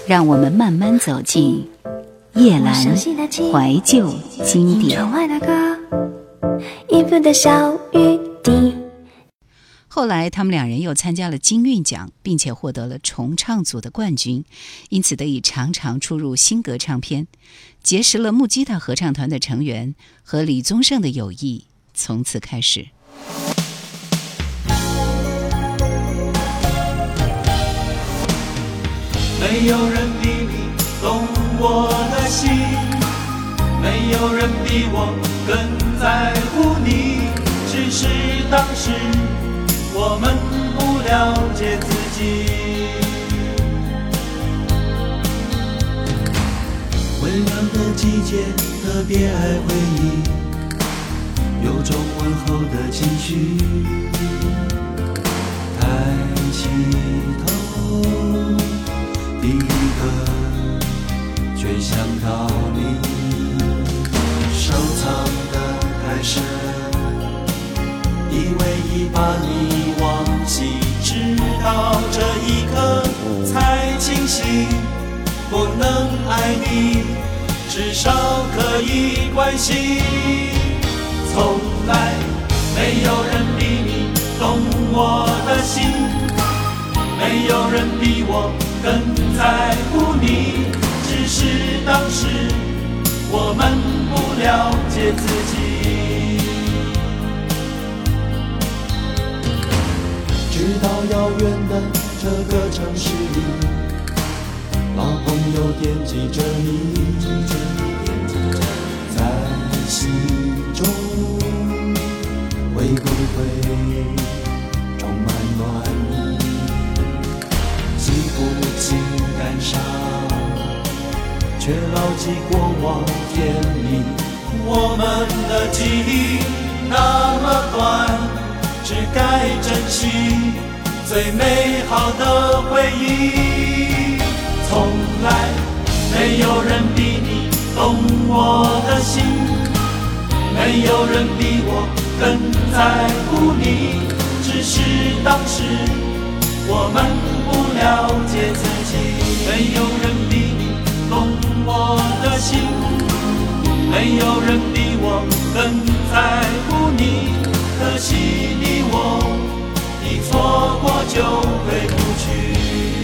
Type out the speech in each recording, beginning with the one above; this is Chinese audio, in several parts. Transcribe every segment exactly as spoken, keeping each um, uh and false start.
让我们慢慢走进夜阑怀旧经典。后来他们两人又参加了金韵奖，并且获得了重唱组的冠军，因此得以常常出入新格唱片，结识了木吉他合唱团的成员，和李宗盛的友谊从此开始。 没有人比你懂我的心，没有人比我更在乎你，只是当时我们不了解自己。微凉的季节，特别爱回忆，有种问候的情绪。抬起头，第一个却想到你，收藏的太深，以为已把你忘记，直到这一刻才清醒，不能爱你，至少可以关心。从来没有人比你懂我的心，没有人比我更在乎你，只是当时我们不了解自己。直到遥远的这个城市里，老朋友惦记着你，在心中会不会充满暖意？记不清感伤，却牢记过往甜蜜。我们的记忆那么短，只该珍惜最美好的回忆。从来没有人比你懂我的心，没有人比我更在乎你，只是当时我们不了解自己。没有人比你懂我的心，没有人比我更在乎你，可惜你我一错过就回不去。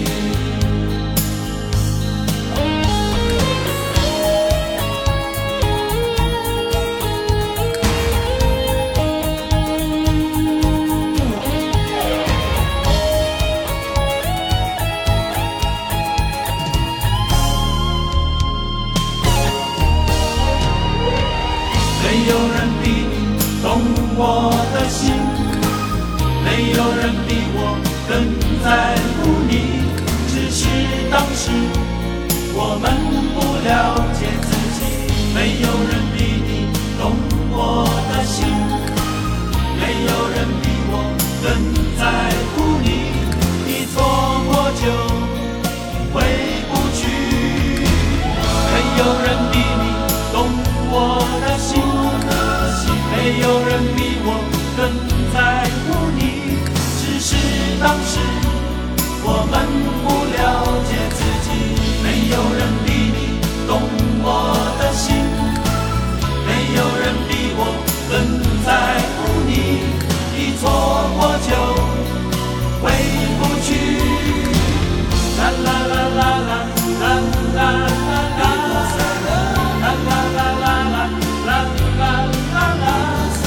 没有人比你懂我的心，没有人比我更在乎你，只是当时我们不了解自己。没有人比你懂我的心，没有人比我更在乎你，你错过就回不去。没有人比你懂我的心，没有人比我更在乎你，只是当时我们不了解自己。没有人比你懂我的心，没有人比我更在乎你，一错过就回不去。啦啦啦啦啦啦啦啦啦啦啦啦啦啦啦啦。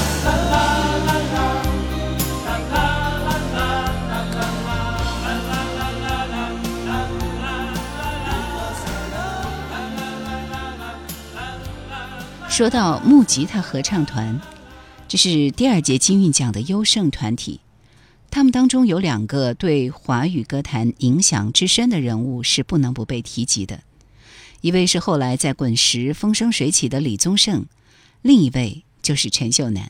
说到木吉他合唱团，这是第二届金韵奖的优胜团体，他们当中有两个对华语歌坛影响之深的人物是不能不被提及的，一位是后来在滚石风生水起的李宗盛，另一位就是陈秀楠。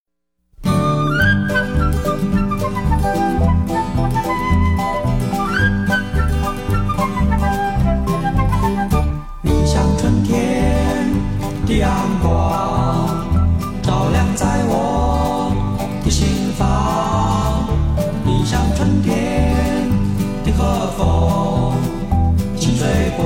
你像春天的阳光，照亮在我的心房。你像春天的和风，轻吹过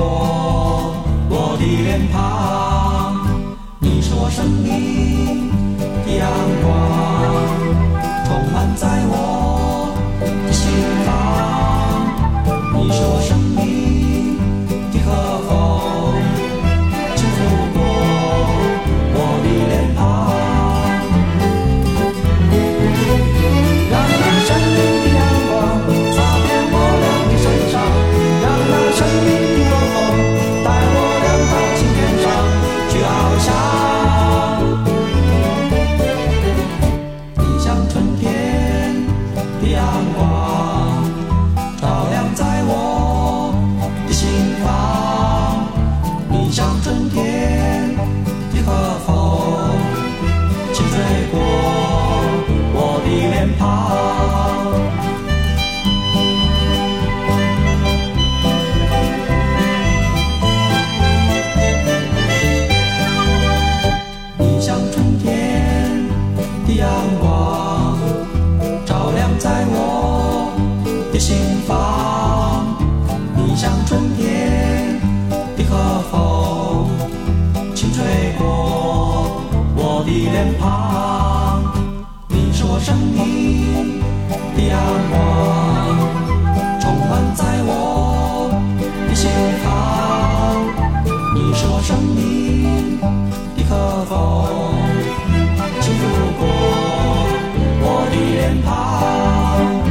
脸庞，你是我生命的阳光，充满在我的心房。你是我生命的可否，轻拂过我的脸庞。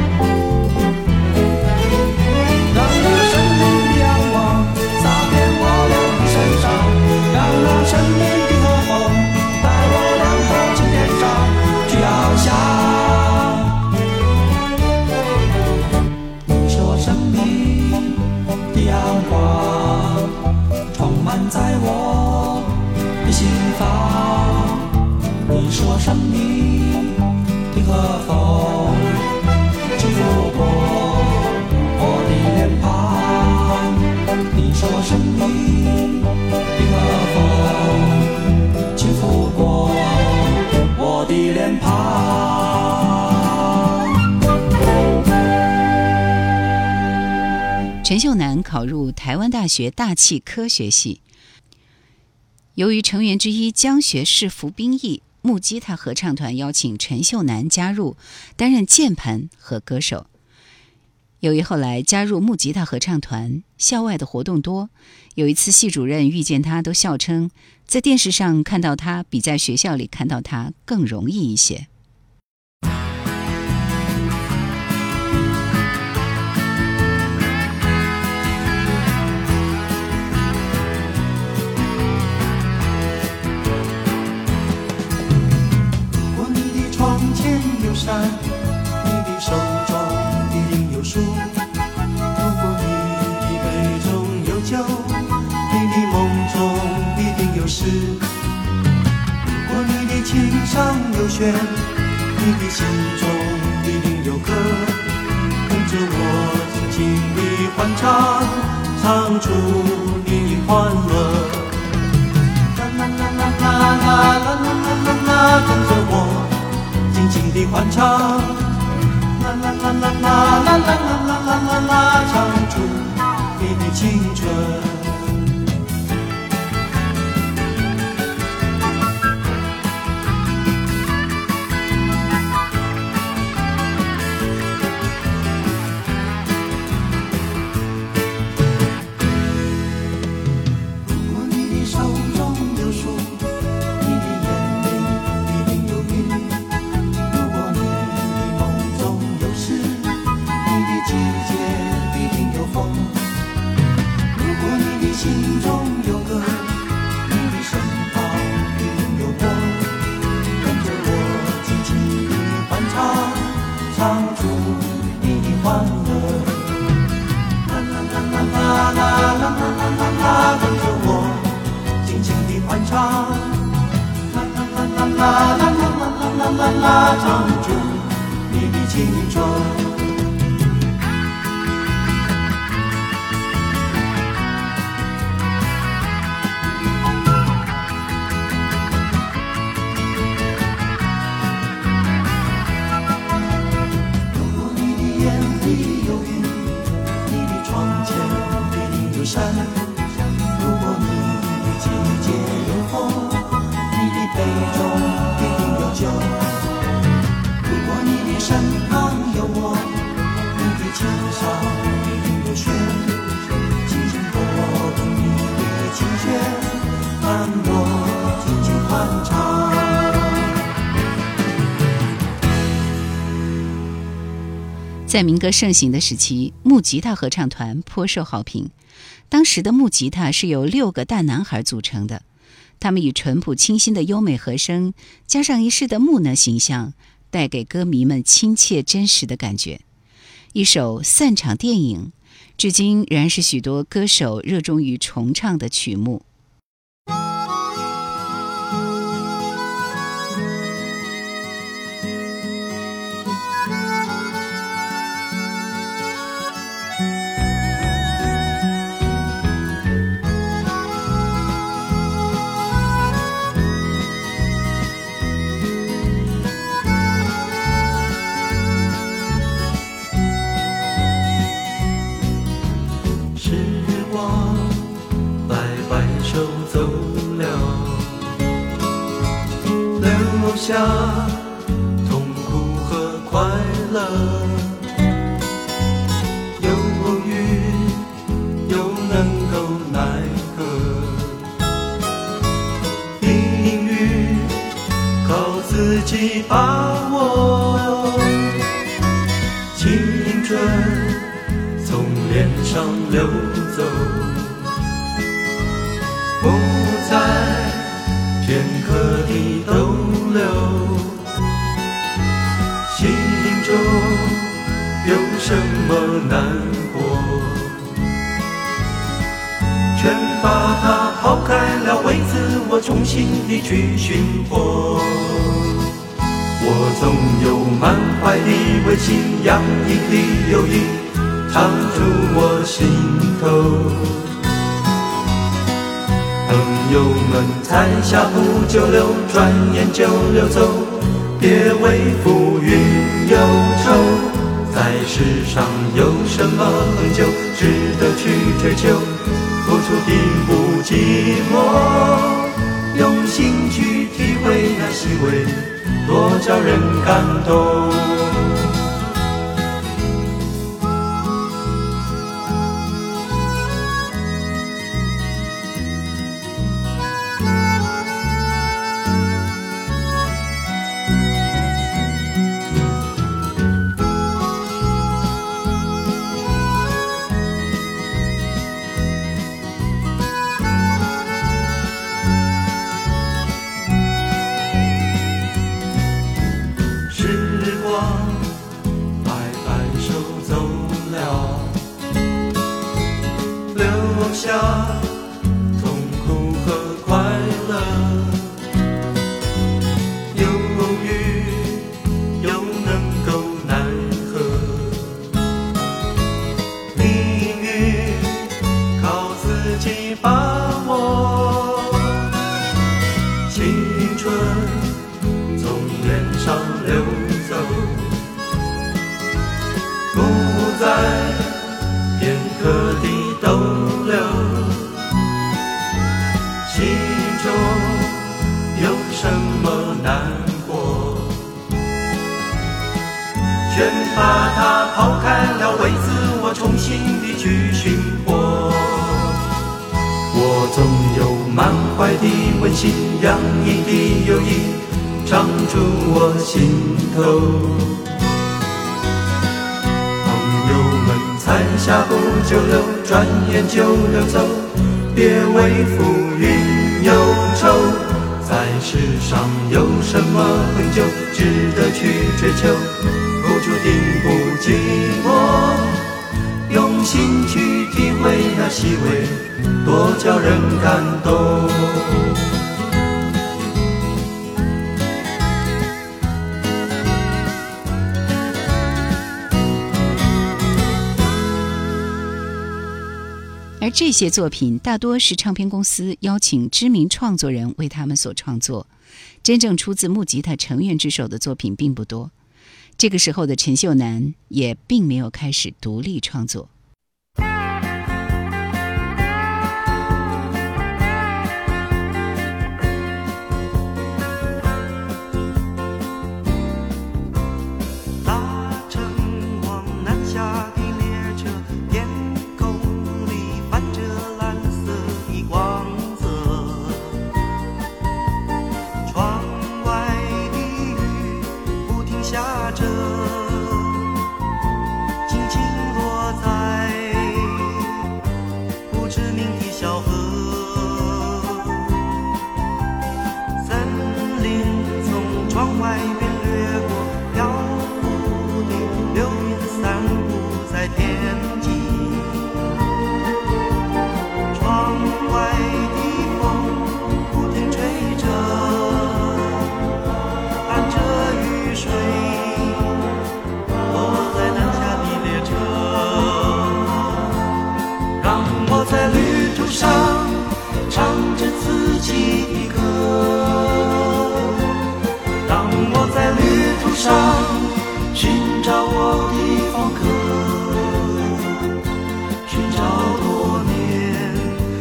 让那生命的阳光洒遍我的身上，让那生命的和风带我两颗青天上去翱翔。你是我生命的阳光，充满在我的心房。你是我生命的和风，轻拂过我的脸庞。你是我生命的和风，轻拂过我的脸庞。 陈秀楠考入台湾大学大气科学系，由于成员之一江学士服兵役，木吉他合唱团邀请陈秀楠加入，担任键盘和歌手。由于后来加入木吉他合唱团，校外的活动多，有一次系主任遇见他都笑称，在电视上看到他比在学校里看到他更容易一些。 窗前有山，你的手中一定有书。如果你的杯中有酒，你的梦中一定有诗。如果你的琴上有弦，你的心中一定有歌。跟着我轻轻地欢唱，唱出你的欢乐。啦啦啦啦啦啦啦啦啦啦，跟着我轻轻地欢唱，啦啦啦啦啦啦啦啦啦啦啦，唱出你的青春。如果你的手中有书，你的眼里一定有云。心中有歌，你的身旁一定有我，跟着我轻轻地欢唱，唱出你的欢乐。啦啦啦啦啦啦啦啦啦啦，跟着我轻轻地欢唱，啦啦啦啦啦啦啦啦啦啦，唱出你的青春。山，如果你的季节有风，你的杯中一定有酒。如果你的身旁有我，你的琴上一定有弦。轻轻拨动你的琴弦，伴我轻轻欢唱。 在民歌盛行的时期，木吉他合唱团颇受好评。当时的木吉他是由六个大男孩组成的，他们以淳朴清新的优美和声，加上一世的木讷形象，带给歌迷们亲切真实的感觉。一首《散场电影》至今仍然是许多歌手热衷于重唱的曲目。 下痛苦和快乐，忧郁又能够奈何？命运靠自己把握，青春从脸上流走，不在片刻的逗留，心中有什么难过，全把它抛开了，为自我重新地去寻获。我总有满怀的温馨，洋溢的友谊，常驻我心头。朋友们才下不久留，转眼就溜走，别为浮云忧愁。在世上有什么恒久，值得去追求？付出并不寂寞，用心去体会那细微，多叫人感动。下痛苦和快乐，忧郁又能够奈何？命运靠自己把握，青春从脸上流走，不在片刻的逗留，心中有什么难过，全把它抛开了，为自我重新地去寻获。我总有满怀的温馨，洋溢的友谊，常驻我心头。才下不久留，转眼就溜走，别为浮云忧愁。在世上有什么恒久，值得去追求？付出并不寂寞，用心去体会那细微，多叫人感动。 而这些作品大多是唱片公司邀请知名创作人为他们所创作，真正出自木吉他成员之手的作品并不多。这个时候的陈秀楠也并没有开始独立创作。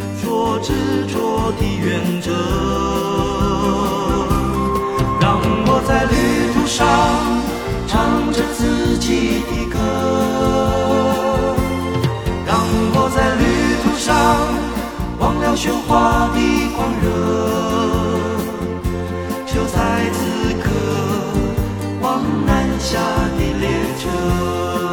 执着的原则，让我了喧哗的狂热，就在此刻往南下的列车。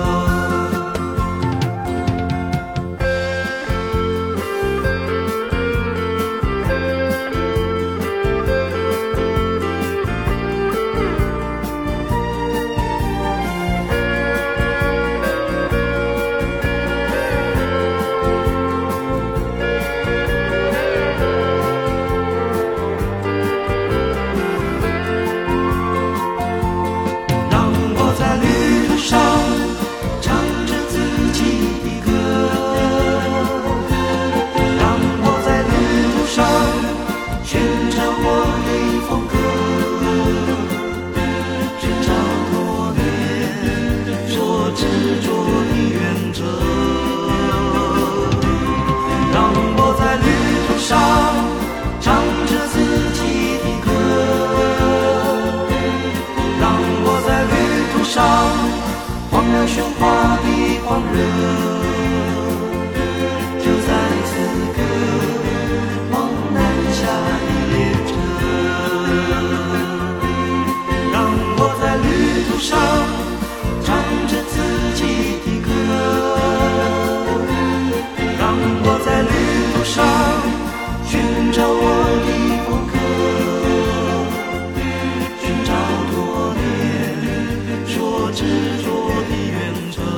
喧哗的狂热，就在此刻往南下的列车，让我在旅途上唱着自己的歌，让我在旅途上寻找我的风格，寻找多年所执着的原则，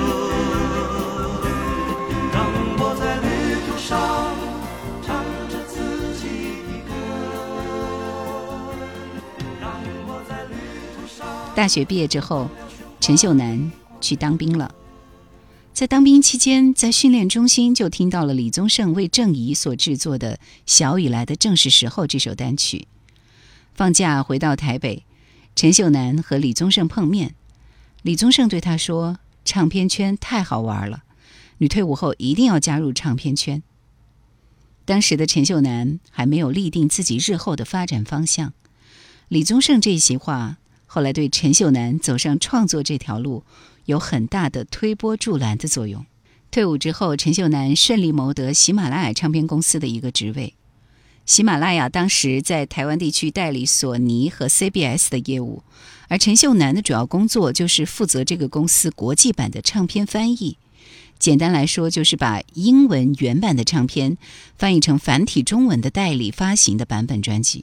让我在旅途上唱着自己的歌，让我在旅途上。 大学毕业之后，陈秀楠去当兵了。在当兵期间，在训练中心就听到了李宗盛为郑怡所制作的《小雨来的正是时候》这首单曲。放假回到台北，陈秀楠和李宗盛碰面，李宗盛对他说，唱片圈太好玩了，你退伍后一定要加入唱片圈。当时的陈秀楠还没有立定自己日后的发展方向，李宗盛这一席话后来对陈秀楠走上创作这条路有很大的推波助澜的作用。退伍之后，陈秀楠顺利谋得喜马拉雅唱片公司的一个职位。喜马拉雅当时在台湾地区代理索尼和 C B S 的业务，而陈秀楠的主要工作就是负责这个公司国际版的唱片翻译。简单来说，就是把英文原版的唱片翻译成繁体中文的代理发行的版本专辑。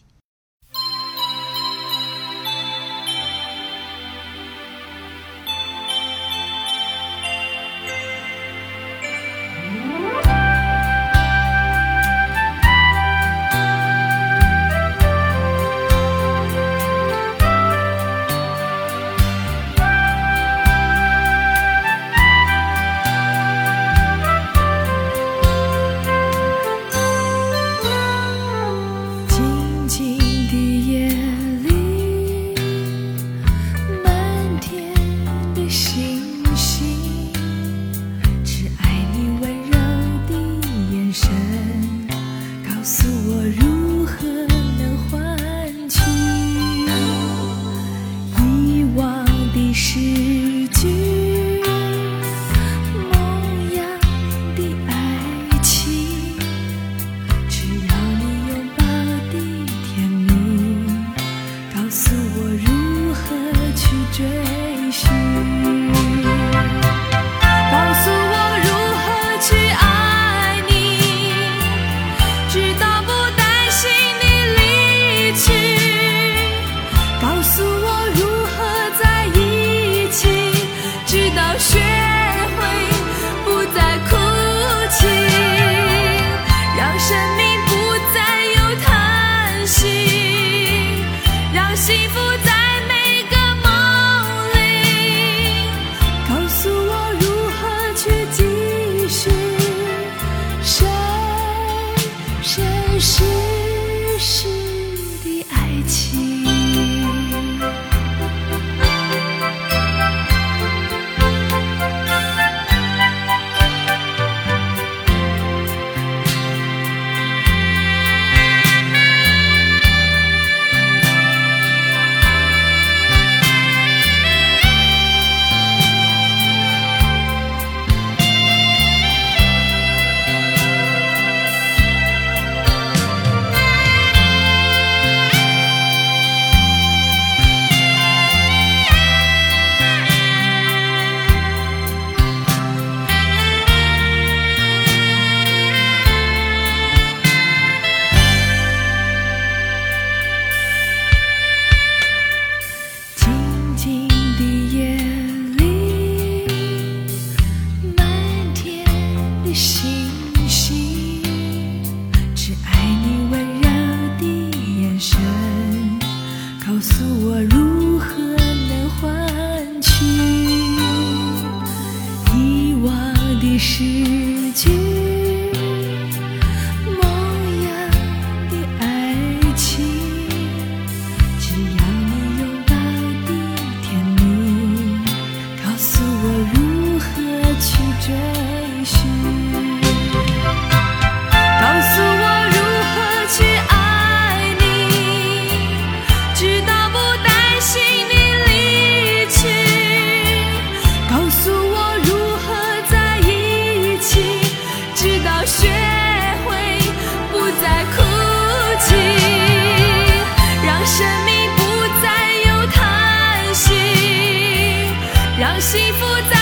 学会不再哭泣，让生命不再有叹息，让幸福在